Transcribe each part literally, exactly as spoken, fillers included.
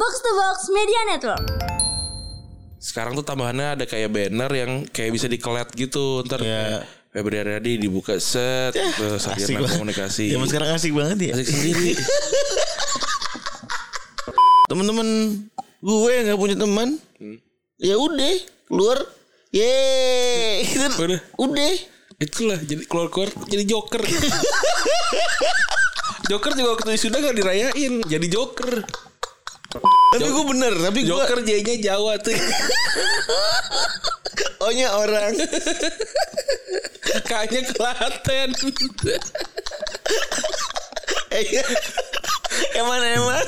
Box to Box Media Network. Sekarang tuh tambahannya ada kayak banner yang kayak bisa dikelet gitu. Ntar ya. Febri Haryadi dibuka set ya, terus akhirnya komunikasi. Zaman sekarang asik banget ya. Asik sendiri. Temen-temen gue nggak punya teman, hmm. ya udah keluar, yeay, udah, udah. Itulah jadi keluar-keluar jadi joker. Joker juga waktu sudah nggak dirayain, jadi joker. Tapi gue bener, tapi gue joker J-nya Jawa tuh. O-nya orang. Kayaknya Klaten. Eh, emang emang.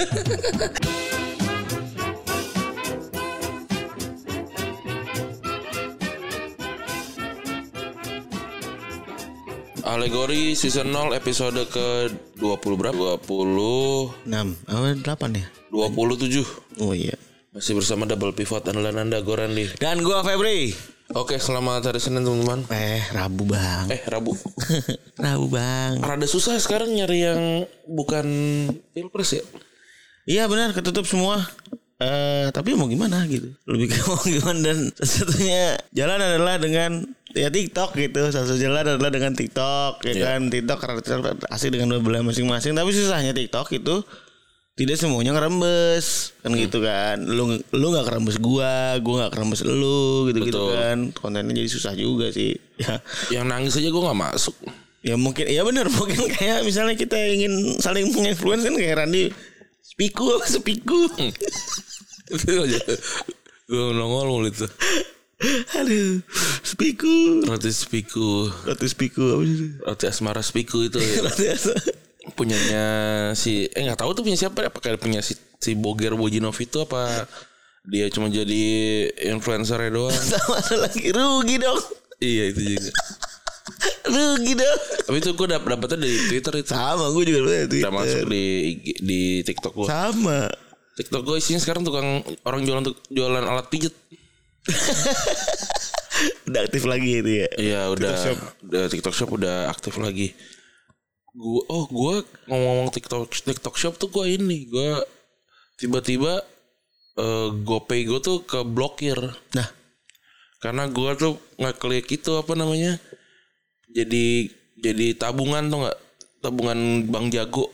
Alegori season nol episode ke dua puluh berapa? dua puluh enam. Oh, delapan ya? dua puluh tujuh. Oh iya. Masih bersama double pivot andalan Anda Gorandi. Dan gua Febri. Oke, selamat hari Senin teman-teman. Eh, Rabu bang. Eh, Rabu. Rabu bang. Rada susah sekarang nyari yang bukan pilpres ya. Iya benar, ketutup semua. Uh, tapi mau gimana gitu. Lebih ke mau gimana, dan satu-satunya jalan adalah dengan ya TikTok gitu. Satu jalan adalah dengan TikTok ya yeah. kan. TikTok karena TikTok asik dengan belah masing-masing. Tapi susahnya TikTok itu tidak semuanya ngerembes kan hmm. gitu kan. Lu lu enggak kerembes gua, gua enggak kerembes lu gitu-gitu kan. Kontennya jadi susah juga sih. Ya. Yang nangis aja gua enggak masuk. Ya mungkin ya benar, mungkin kayak misalnya kita ingin saling menginfluence kan kayak Randy Spiku Spiku. Hmm. Itu aja. Gue nongol mulu itu. Aduh, Spiku. Roti Spiku. Roti Spiku apa sih? Roti Asmara Spiku itu ya. Roti Asmara. Punyanya si eh enggak tahu tuh punya siapa ya? Apakah punya si, si Boger Bojinov itu apa dia cuma jadi influencer doang? Sama lagi rugi dong. Iya itu juga. Rugi dong. Tapi itu gue dapet dapetnya dari Twitter itu. Sama gue juga dari Twitter. Udah masuk di di TikTok gue. Sama. TikTok gue isinya sekarang tukang orang jualan jualan alat pijat. Udah aktif lagi itu ya. Iya udah. TikTok Shop. Udah TikTok Shop udah aktif lagi. Gue oh gue ngomong-ngomong TikTok TikTok Shop tuh gue ini gue tiba-tiba uh, GoPay gue tuh keblokir. Nah, karena gue tuh ngeklik itu apa namanya? Jadi jadi tabungan tuh nggak tabungan Bank Jago.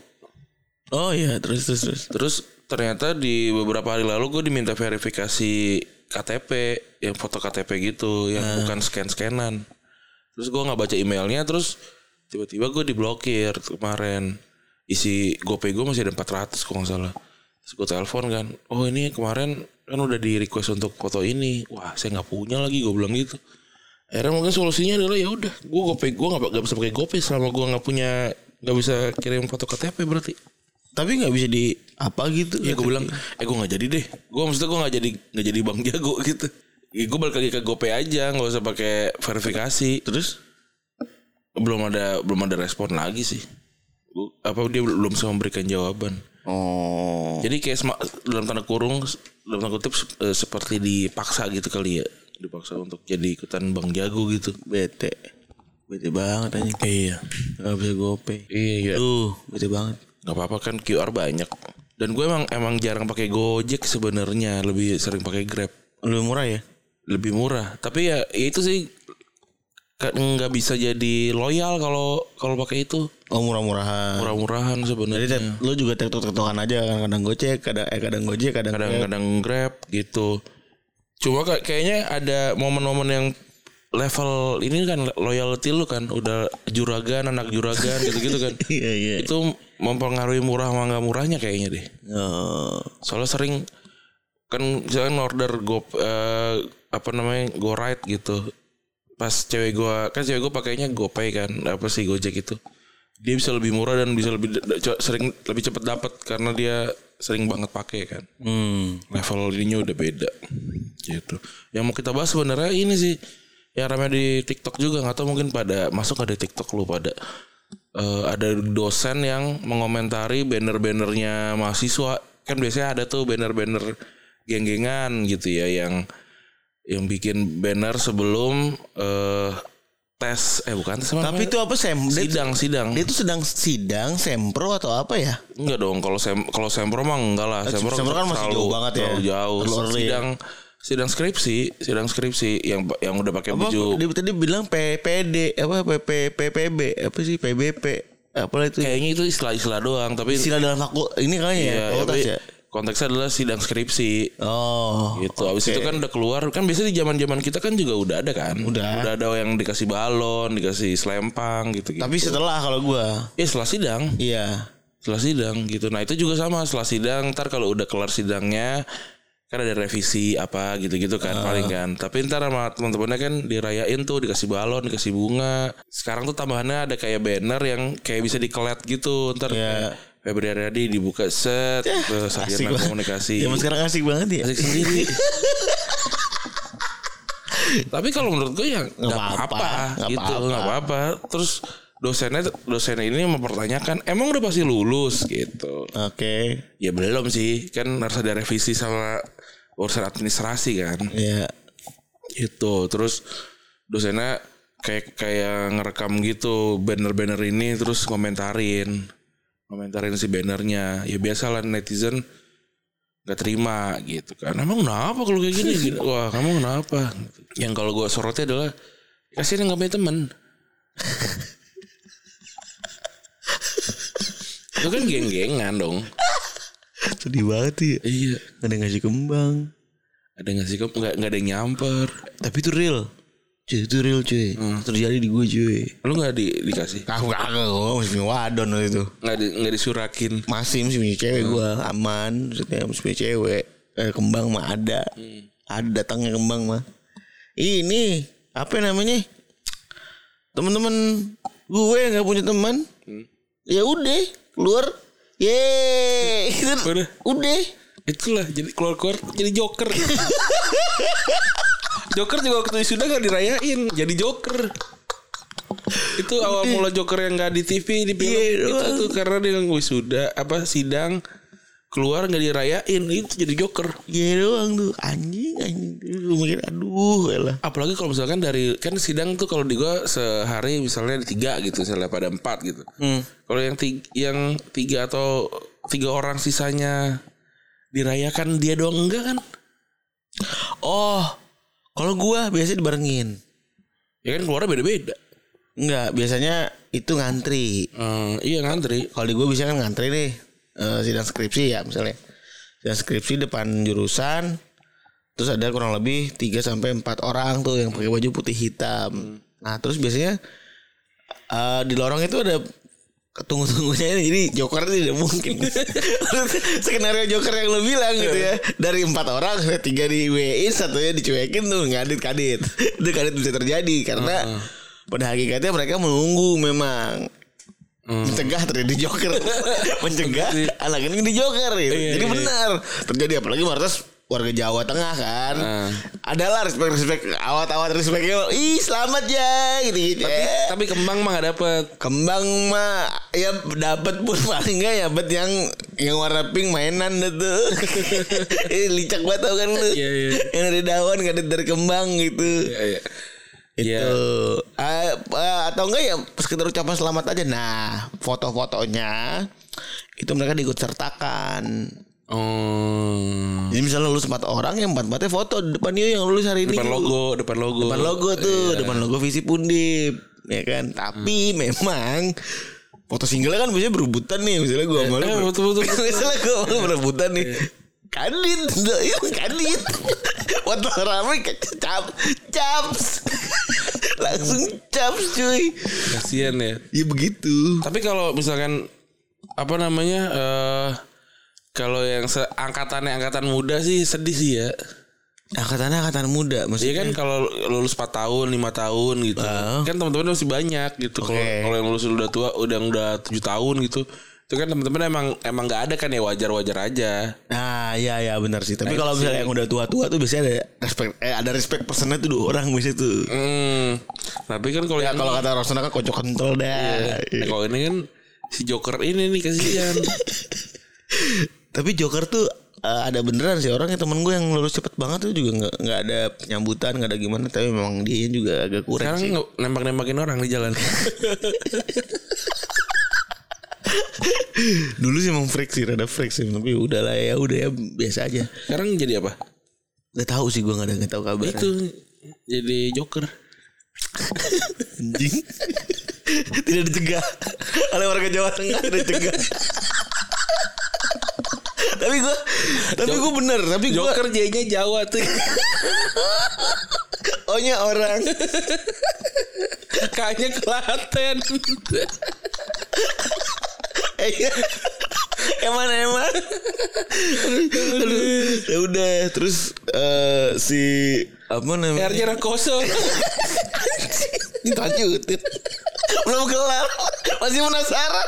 Oh iya terus terus terus. Terus ternyata di beberapa hari lalu gue diminta verifikasi K T P, yang foto K T P gitu, yang nah. bukan scan-scanan. Terus gue nggak baca emailnya, terus tiba-tiba gue diblokir kemarin. Isi GoPay gue masih ada empat ratus kalau nggak salah. Terus gue telepon kan, oh ini kemarin kan udah di request untuk foto ini. Wah saya nggak punya lagi, gue bilang gitu. Akhirnya mungkin solusinya adalah ya udah, gue GoPay gue nggak nggak bisa pakai GoPay selama gue nggak punya nggak bisa kirim foto K T P berarti. Tapi nggak bisa di apa gitu? Ya gue bilang, eh gue nggak jadi deh. Gue maksudnya gue nggak jadi nggak jadi Bank Jago gitu. Ya, gue balik lagi ke GoPay aja, nggak usah pakai verifikasi. Terus belum ada belum ada respon lagi sih. Gua, apa dia belum bisa memberikan jawaban. Oh. Jadi kayak sema, dalam tanda kurung, dalam tanda kutip e, seperti dipaksa gitu kali ya, dipaksa untuk jadi ikutan Bank Jago gitu. Bete, bete banget aja. Iya. Nggak bisa GoPay. Iya. Tuh, bete banget. Gak apa-apa kan Q R banyak. Dan gue emang emang jarang pakai Gojek sebenarnya, lebih sering pakai Grab. Lebih murah ya? Lebih murah. Tapi ya, ya itu sih nggak bisa jadi loyal kalau kalau pakai itu. Oh murah-murahan. Murah-murahan sebenarnya. Jadi lu juga tektok-tektokan aja, kadang Gojek, kadang eh kadang Gojek, kadang kadang-kadang Grab gitu. Cuma kayaknya ada momen-momen yang level ini kan loyalty lu kan udah juragan, anak juragan gitu-gitu kan. Iya iya. Itu mempengaruhi murah sama enggak murahnya kayaknya deh. Oh. Soalnya sering kan misalkan order go uh, apa namanya go ride gitu. Pas cewek gua kan cewek gua pakainya GoPay kan, apa sih Gojek itu. Dia bisa lebih murah dan bisa lebih sering lebih cepat dapat karena dia sering banget pakai kan. Hmm. Level ininya udah beda. Gitu. Yang mau kita bahas sebenarnya ini sih yang ramai di TikTok juga, nggak tahu mungkin pada masuk ada TikTok lu pada uh, ada dosen yang mengomentari banner-bannernya mahasiswa. Kan biasanya ada tuh banner-banner geng-gengan gitu ya yang yang bikin banner sebelum uh, tes eh bukan tes apa Tapi namanya? itu apa sem? dia- sidang sidang. Dia tuh sedang sidang sempro atau apa ya? Enggak dong, kalau sem kalau sempro mah enggak lah. Eh, Sempro, sempro kan masih terlalu- jauh banget ya. terlalu jauh. Terlalu early. Sidang sidang skripsi, sidang skripsi yang yang udah pakai Apa? baju. Dia tadi bilang P P D apa P P P P B apa sih P B P apa itu? Kayaknya itu istilah-istilah doang, tapi Istilah dalam aku ini kayaknya ya, iya, fakultas tapi ya. konteksnya adalah sidang skripsi. Oh. Gitu. Abis itu kan udah keluar kan biasanya di zaman-zaman kita kan juga udah ada kan. Udah. Udah ada yang dikasih balon, dikasih selempang gitu gitu. Tapi setelah kalau gua, ya setelah sidang, iya. setelah sidang gitu. Nah, itu juga sama setelah sidang, ntar kalau udah kelar sidangnya kan ada revisi apa gitu-gitu kan paling kan. Tapi ntar sama teman-temannya kan dirayain tuh, dikasih balon, dikasih bunga. Sekarang tuh tambahannya ada kayak banner yang kayak bisa dikelet gitu. Ntar Iya. Febri Haryadi dibuka set terus Asik akhirnya banget. komunikasi. Zaman sekarang asik banget ya. Asik sendiri. Tapi kalau menurut gue ya nggak apa-apa, apa-apa nggak gitu, apa-apa. nggak apa-apa. Terus dosennya dosennya ini mempertanyakan emang udah pasti lulus gitu. Oke. Ya belum sih, kan harus ada revisi sama urusan administrasi kan. Iya. Itu terus dosennya kayak kayak ngerekam gitu banner-banner ini terus komentarin. Komentarin si bannernya. Ya biasalah netizen gak terima gitu kan. Emang kenapa kalau kayak gini? Gini, wah kamu kenapa? Yang kalau gue sorotnya adalah kasihan yang gak punya temen. Itu kan geng-gengan dong. Sedih banget ya. Iya. Gak ada yang ngasih kembang. Ada yang ngasih kok nggak nggak ada yang nyamper. Tapi itu real. Cuy, itu real cuy. Hmm. Terjadi di gue cuy. Lu nggak di dikasih? Aku kagak gue masih punya wadon waktu itu. Nggak di nggak disurakin. Masih masih punya cewek gue aman. Maksudnya masih punya cewek. Eh, kembang mah ada. Hmm. Ada datangnya kembang mah. Ini apa namanya? Teman-teman gue nggak punya teman. Hmm. Ya udah keluar. Yeay. Udah. Udah. Itulah jadi keluar-keluar jadi joker. Joker juga waktu sudah gak dirayain jadi joker. Itu awal mula joker yang gak di T V di film Iya, itu doang. tuh karena dia wisuda apa sidang keluar gak dirayain itu jadi joker. Iya doang tuh anjing anjing. Gue mikir aduh elah. Apalagi kalau misalkan dari kan sidang tuh kalau di gua sehari misalnya ada tiga gitu misalnya pada empat gitu. Hmm. Kalau yang tiga, yang tiga atau tiga orang sisanya dirayakan dia doang enggak kan? Oh, kalau gua biasanya dibarengin. Ya kan keluarnya beda-beda. Enggak, biasanya itu ngantri. Hmm, iya ngantri. Kalau di gua biasanya kan ngantri nih. Eh, sidang skripsi ya misalnya. Sidang skripsi depan jurusan. Terus ada kurang lebih tiga sampai empat orang tuh yang pakai baju putih hitam. Nah, terus biasanya eh, di lorong itu ada tunggu-tunggunya ini, jadi joker itu tidak mungkin. Skenario joker yang lo bilang gitu ya. Dari empat orang tiga di W I, satunya dicuekin tuh ngadit kadit. Itu kadit bisa terjadi karena pada hakikatnya mereka menunggu memang mencegah terjadi joker. Mencegah anak ini di joker gitu. Iya, Jadi iya. benar terjadi, apalagi Martas warga Jawa Tengah kan. Uh. Adalah respect-respect awat-awat respectnya. Ih selamat ya gitu-gitu. Tapi tapi kembang mah gak dapet. Kembang mah ya dapat pun paling enggak ya bet yang yang warna pink mainan dah tuh. Eh licak banget tau kan lu. Iya, iya. Yang dari daun enggak ada dari kembang gitu. Iya, iya. Itu Iya. Ah, ah, atau enggak ya sekedar ucapan selamat aja. Nah, foto-fotonya itu mereka diikut sertakan. Oh. Jadi misalnya lulus empat orang yang empat-empatnya foto di depan yuk yang lulus hari ini. Depan yuk. logo, depan logo. Depan logo tuh, Iya. depan logo Visi Pundip, ya kan. Tapi memang foto singlenya kan biasanya berebutan nih, misalnya gue sama lu. eh, ber- betul, betul, betul. Misalnya gue sama lu berebutan nih. Kadit, itu kadit. Foto rame cap, caps. Langsung caps cuy. Kasian ya. Ya begitu. Tapi kalau misalkan apa namanya eh kalau yang seangkatannya angkatan muda sih sedih sih ya. Angkatannya angkatan muda, Iya maksudnya. kan kalau lulus empat tahun, lima tahun gitu. Oh. Kan teman-teman masih banyak gitu. Kalau Oke. kalau yang lulus udah tua, udah udah tujuh tahun gitu. Itu kan teman-teman emang emang enggak ada kan ya, wajar-wajar aja. Nah, iya ya benar sih. Tapi Nah, kalau itu misalnya sih. yang udah tua-tua tuh biasanya ada respect eh ada respect personnya tuh dua orang biasanya tuh. Hmm. Tapi kan kalau Ya yang kalau kata Rosana kan kocok kental dah. Nah, kalau ini kan si Joker ini nih kasihan. Tapi Joker tuh uh, ada beneran sih orang yang temen gue yang lulus cepet banget tuh juga nggak nggak ada penyambutan, nggak ada gimana, tapi memang dia juga agak kurang. Sekarang sih. Sekarang nembak-nembakin orang di jalan. Dulu sih emang freak sih, rada freak sih, tapi udahlah ya, udah ya biasa aja. Sekarang jadi apa? Gak tahu sih, gue nggak ada nggak tahu kabar. Itu jadi joker. Anjing. Tidak dicegah oleh warga Jawa Tengah, tidak dicegah. Tapi gue, tapi gue bener, tapi gue joker J-nya Jawa tuh. O-nya orang. Kayaknya Klaten. Eh, emang emang. Ya udah, terus uh, si apa namanya? R J Rakoso. Lanjutin. Belum kelar, masih penasaran.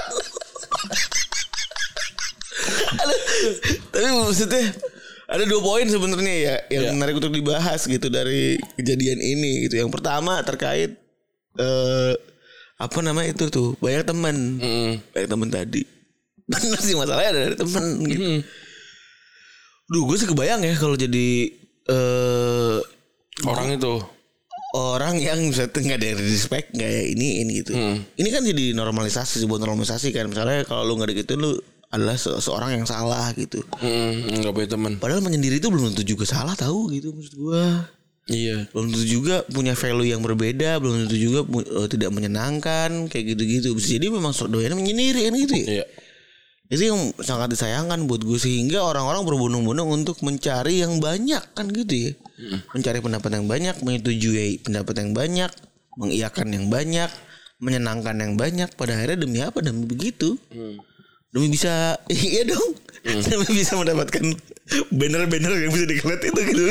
Aduh, tapi maksudnya ada dua poin sebenarnya ya yang yeah. menarik untuk dibahas gitu dari kejadian ini gitu. Yang pertama terkait uh, apa namanya itu tuh banyak teman, mm. banyak teman tadi. Benar sih, masalahnya ada dari teman gitu. Mm. Duh, gue sih kebayang ya kalau jadi uh, orang itu. Orang yang misalnya nggak ada respect, nggak ya ini ini gitu. Hmm. Ini kan jadi normalisasi, sebuah normalisasi kan. Misalnya kalau lu nggak digituin, lu adalah se- seorang yang salah gitu. Hmm, nggak punya teman. Padahal menyendiri itu belum tentu juga salah, tahu gitu maksud gua. Iya. Belum tentu juga punya value yang berbeda, belum tentu juga uh, tidak menyenangkan kayak gitu-gitu. Bisa jadi memang doyannya menyendiri kan gitu ya. Iya. Itu yang sangat disayangkan buat gue, sehingga orang-orang berbondong-bondong untuk mencari yang banyak kan gitu ya. Hmm. Mencari pendapat yang banyak, menyetujui pendapat yang banyak, mengiyakan yang banyak, menyenangkan yang banyak. Pada akhirnya demi apa? Demi begitu. Hmm. Demi bisa, iya dong. Hmm. Demi bisa mendapatkan banner-banner yang bisa dikeliat itu gitu.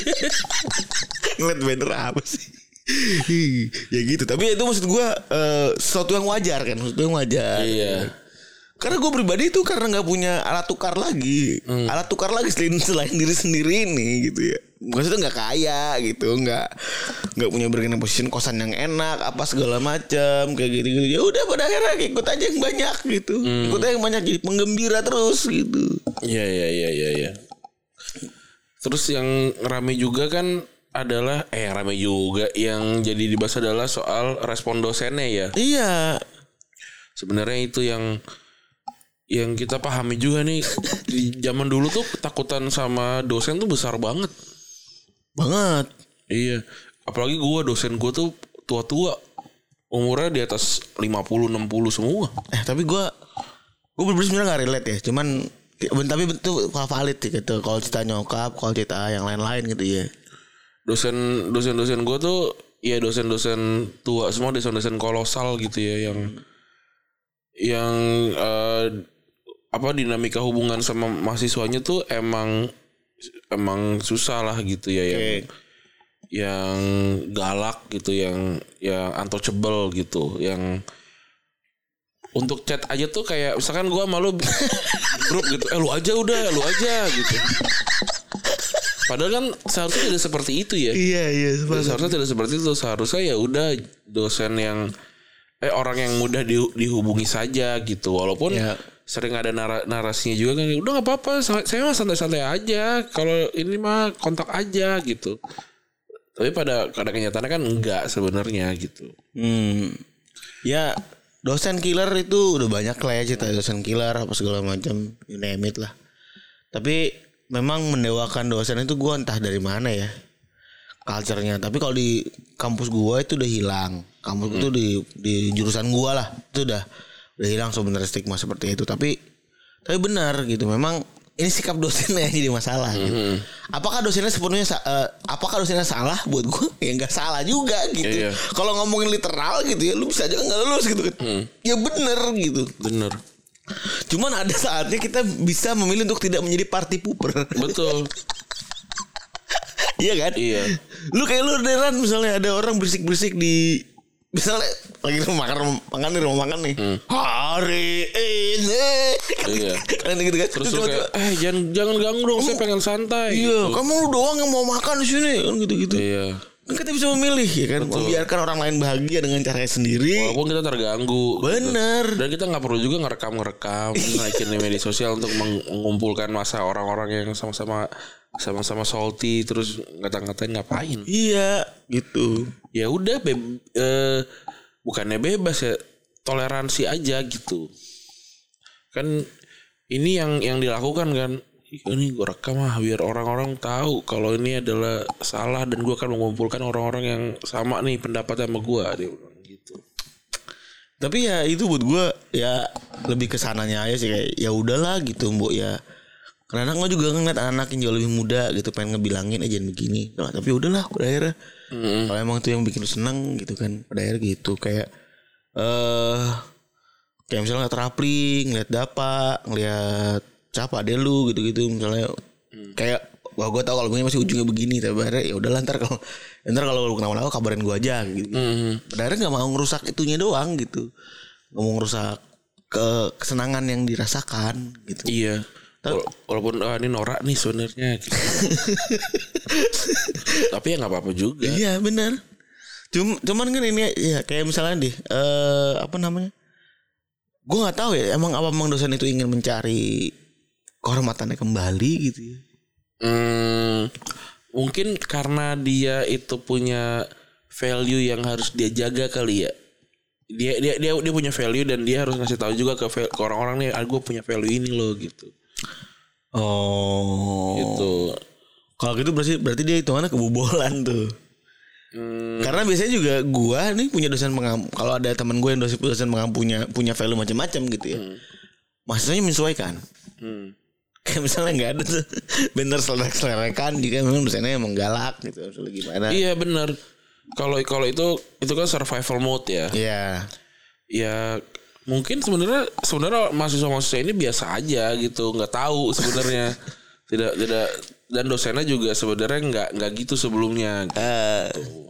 Ngeliat banner apa sih? Ya gitu. Tapi itu maksud gue uh, sesuatu yang wajar kan, sesuatu yang wajar. Iya. Karena gue pribadi itu karena nggak punya alat tukar lagi, hmm. alat tukar lagi selain selain diri sendiri ini gitu ya. Maksudnya nggak kaya gitu, nggak nggak punya bargaining position, kosan yang enak, apa segala macam kayak gitu gitu. Ya udah pada akhirnya ikut aja yang banyak gitu, hmm. ikut aja yang banyak jadi penggembira terus gitu. Iya iya iya iya. Ya. Terus yang rame juga kan adalah eh rame juga yang jadi dibahas adalah soal respon dosennya ya. Iya. Sebenarnya itu yang yang kita pahami juga nih, di zaman dulu tuh ketakutan sama dosen tuh besar banget. Banget. Iya. Apalagi gue, dosen gue tuh tua-tua. Umurnya di atas lima puluh enam puluh semua. Eh tapi gue gue bener-bener sebenarnya gak relate ya. Cuman tapi betul valid sih gitu. Kalau cerita nyokap, kalau cerita yang lain-lain gitu ya. Dosen dosen-dosen gue tuh ya dosen-dosen tua semua, dosen-dosen kolosal gitu ya, yang yang uh, apa dinamika hubungan sama mahasiswanya tuh emang emang susah lah gitu ya, okay. yang yang galak gitu, yang yang untouchable gitu, yang untuk chat aja tuh kayak misalkan gue malu grup gitu, eh lu aja udah, lu aja gitu. Padahal kan seharusnya tidak seperti itu ya. Iya iya. Seharusnya tidak seperti itu. Seharusnya ya udah dosen yang eh orang yang mudah di, dihubungi saja gitu. Walaupun ya. Sering ada nar- narasinya juga kan, udah nggak apa-apa, saya mah santai-santai aja. Kalau ini mah kontak aja gitu. Tapi pada pada kenyataannya kan enggak sebenarnya gitu. Hmm. Ya dosen killer itu udah banyak lah ya cerita dosen killer apa segala macam, you name it lah. Tapi memang mendewakan dosen itu gue entah dari mana ya culture-nya. Tapi kalau di kampus gue itu udah hilang. Kampus hmm. itu di di jurusan gue lah itu udah udah hilang sebenarnya stigma seperti itu. Tapi tapi benar gitu. Memang ini sikap dosennya yang jadi masalah. Hmm. Gitu. Apakah dosennya sepenuhnya uh, apakah dosennya salah? Buat gue ya nggak salah juga gitu. Iya. Kalau ngomongin literal gitu ya, lu bisa aja nggak lulus gitu kan. Hmm. Ya benar gitu. Benar. Cuman ada saatnya kita bisa memilih untuk tidak menjadi party pooper. Betul. Iya kan? Iya. Lu kayak lu deran misalnya ada orang berisik-berisik di misalnya lagi rumah makan makan di rumah makan nih. Hmm. Hari ini. Iya. Kan gitu kan. Terus lu kayak eh jangan jangan ganggu dong, saya pengen santai. Iya, gitu. Kamu lu doang yang mau makan di sini kan gitu-gitu. Iya. Kan kita bisa memilih ya kan. Betul. Membiarkan orang lain bahagia dengan caranya sendiri. Walaupun kita terganggu. Bener. Gitu. Dan kita gak perlu juga ngerekam-ngerekam. Naikin di media sosial untuk mengumpulkan masa orang-orang yang sama-sama sama-sama salty. Terus ngata-ngatain ngapain. Iya gitu. Ya udah be- eh, bukannya bebas ya. Toleransi aja gitu. Kan ini yang yang dilakukan kan. Ini gue rekam ah biar orang-orang tahu kalau ini adalah salah dan gue akan mengumpulkan orang-orang yang sama nih pendapat sama gue, dia bilang gitu. Tapi ya itu buat gue ya lebih kesananya aja sih kayak ya udahlah gitu mbok ya. Karena gue juga ngeliat anak-anak yang jauh lebih muda gitu pengen ngebilangin aja begini. Nah, tapi udahlah pada akhirnya mm-hmm. kalau emang itu yang bikin lu seneng gitu kan pada akhirnya gitu kayak eh uh, kayak misalnya ngeliat Rapli, ngeliat Dapa, ngeliat siapa deh lu gitu-gitu misalnya hmm. kayak wah gue tau kalau begini masih ujungnya begini tapi akhirnya ya udahlah ntar kalau ntar kalau lu kenapa-napa kabarin gue aja gitu. Hmm. Pada akhirnya nggak mau ngerusak itunya doang gitu, nggak mau ngerusak ke kesenangan yang dirasakan gitu. Iya. Wala- walaupun oh, ini norak nih sebenarnya. Gitu. Tapi ya nggak apa-apa juga. Iya benar. Cum- cuman kan ini ya kayak misalnya deh uh, apa namanya? Gue nggak tahu ya emang apa emang dosen itu ingin mencari kehormatannya kembali gitu ya. Hmm, mungkin karena dia itu punya value yang harus dia jaga kali ya. Dia dia dia dia punya value dan dia harus ngasih tahu juga ke, ke orang-orang nih, ah, gue punya value ini loh gitu. Oh. Gitu. Kalau gitu berarti berarti dia hitungannya kebobolan tuh. Hmm. Karena biasanya juga gue nih punya dosen pengam. Kalau ada teman gue yang dosen dosen pengam punya punya value macam-macam gitu ya. Hmm. Mahasiswanya menyesuaikan. Hmm. Kayak misalnya nggak ada tuh bener selek-selekan jika memang dosennya emang galak gitu misalnya gimana. Iya benar. Kalau kalau itu itu kan survival mode ya. Iya. Ya mungkin sebenarnya sebenarnya mahasiswa-mahasiswa ini biasa aja gitu, nggak tahu sebenarnya. tidak tidak dan dosennya juga sebenarnya nggak nggak gitu sebelumnya. Gitu. Uh,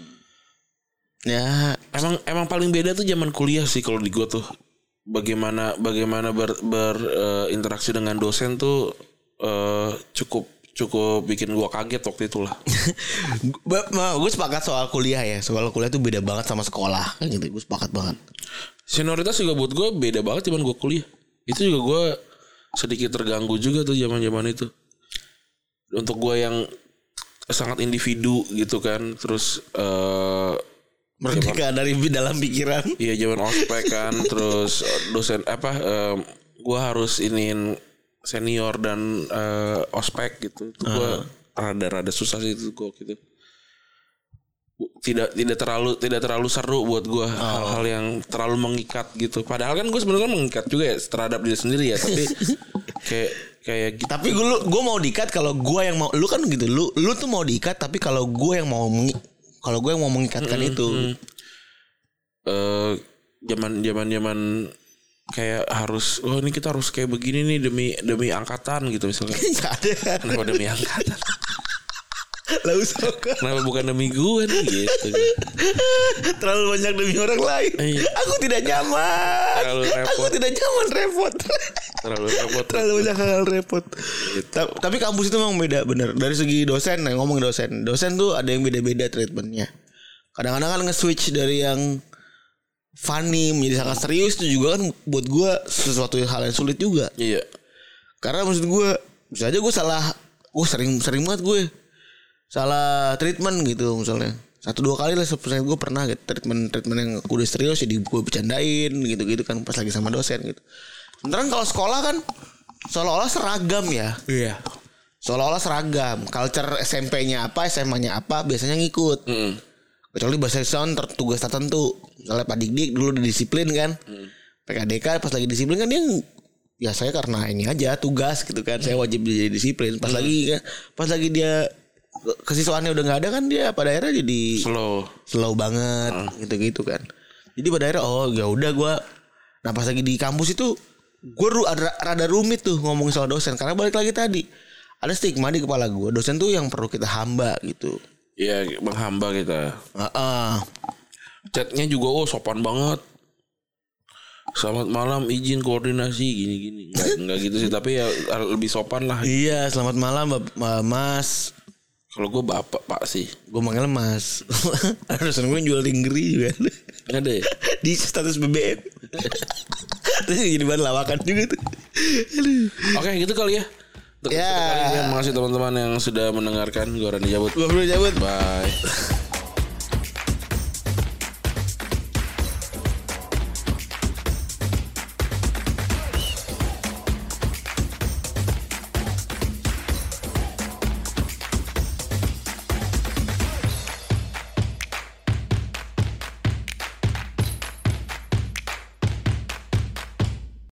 ya emang emang paling beda tuh zaman kuliah sih kalau di gue tuh. Bagaimana bagaimana ber, berinteraksi uh, dengan dosen tuh uh, cukup cukup bikin gua kaget waktu itu lah. Gue sepakat soal kuliah ya. Soal kuliah tuh beda banget sama sekolah kan gitu. Gue sepakat banget. Senioritas juga buat gue beda banget cuman gue kuliah. Itu juga gue sedikit terganggu juga tuh zaman-zaman itu. Untuk gue yang sangat individu gitu kan. Terus uh, merdeka zaman, dari dalam pikiran. Iya zaman ospek kan. Terus dosen apa um, gue harus iniin senior dan uh, ospek gitu. Itu gue uh. rada-rada susah sih itu gue gitu. Tidak tidak terlalu tidak terlalu seru buat gue. Oh. Hal-hal yang terlalu mengikat gitu. Padahal kan gue sebenarnya mengikat juga ya terhadap diri sendiri ya. Tapi kayak kayak gitu. Tapi gue gue mau diikat kalau gue yang mau. Lu kan gitu. Lu lu tuh mau diikat tapi kalau gue yang mau mengikat. Kalau gue yang mau mengikatkan mm-hmm. itu, uh, zaman zaman zaman kayak harus, oh ini kita harus kayak begini nih demi demi angkatan gitu misalnya. Gak ada. Kenapa demi angkatan? Lah usahakan. Kenapa bukan demi gue nih gitu? Terlalu banyak demi orang lain. Iya. Aku tidak nyaman. Terlalu repot. Aku tidak nyaman repot. Terlalu repot. Terlalu banyak hal repot. Gitu. Ta- tapi kampus itu memang beda bener. Dari segi dosen, nah, ngomong dosen, dosen tuh ada yang beda-beda treatmentnya. Kadang-kadang kan nge-switch dari yang funny menjadi sangat serius itu juga kan buat gue sesuatu hal yang sulit juga. Iya. Karena maksud gue bisa aja gue salah. Gue sering sering banget gue salah treatment gitu misalnya. Satu dua kali lah sebenarnya gue pernah gitu treatment treatment yang udah serius jadi gue bercandain gitu-gitu kan pas lagi sama dosen gitu. Sementara kalau sekolah kan seolah-olah seragam ya. Iya. Seolah-olah seragam. Culture S M P-nya apa, S M A-nya apa biasanya ngikut. Mm-hmm. Kecuali bahasa sound tertugas tertentu. Misalnya Pak Dik-Dik dulu udah disiplin kan. Mm. P K D K pas lagi disiplin kan dia ya saya karena ini aja tugas gitu kan. Mm. Saya wajib jadi disiplin. Pas mm. lagi kan pas lagi dia kesiswaannya udah nggak ada kan dia pada akhirnya jadi slow slow banget mm. gitu-gitu kan. Jadi pada akhirnya oh ya udah gue nah pas lagi di kampus itu gue rada, rada rumit tuh ngomong soal dosen karena balik lagi tadi ada stigma di kepala gue dosen tuh yang perlu kita hamba gitu. Iya menghamba kita. Uh-uh. Chatnya juga oh sopan banget. Selamat malam izin koordinasi gini-gini. Nggak, nggak gitu sih tapi ya lebih sopan lah. Iya selamat malam Mas. Kalau gue bapak pak sih. Gue manggilnya mas. Harusnya gue jual lingerie juga. Ada ya? Di status B B M. Terus jadi bahan lawakan juga tuh. Aduh. Oke gitu kali ya. Untuk Ya. episode kali ini, terima kasih teman-teman yang sudah mendengarkan. Gue Randy cabut. Gue perlu cabut. Bye.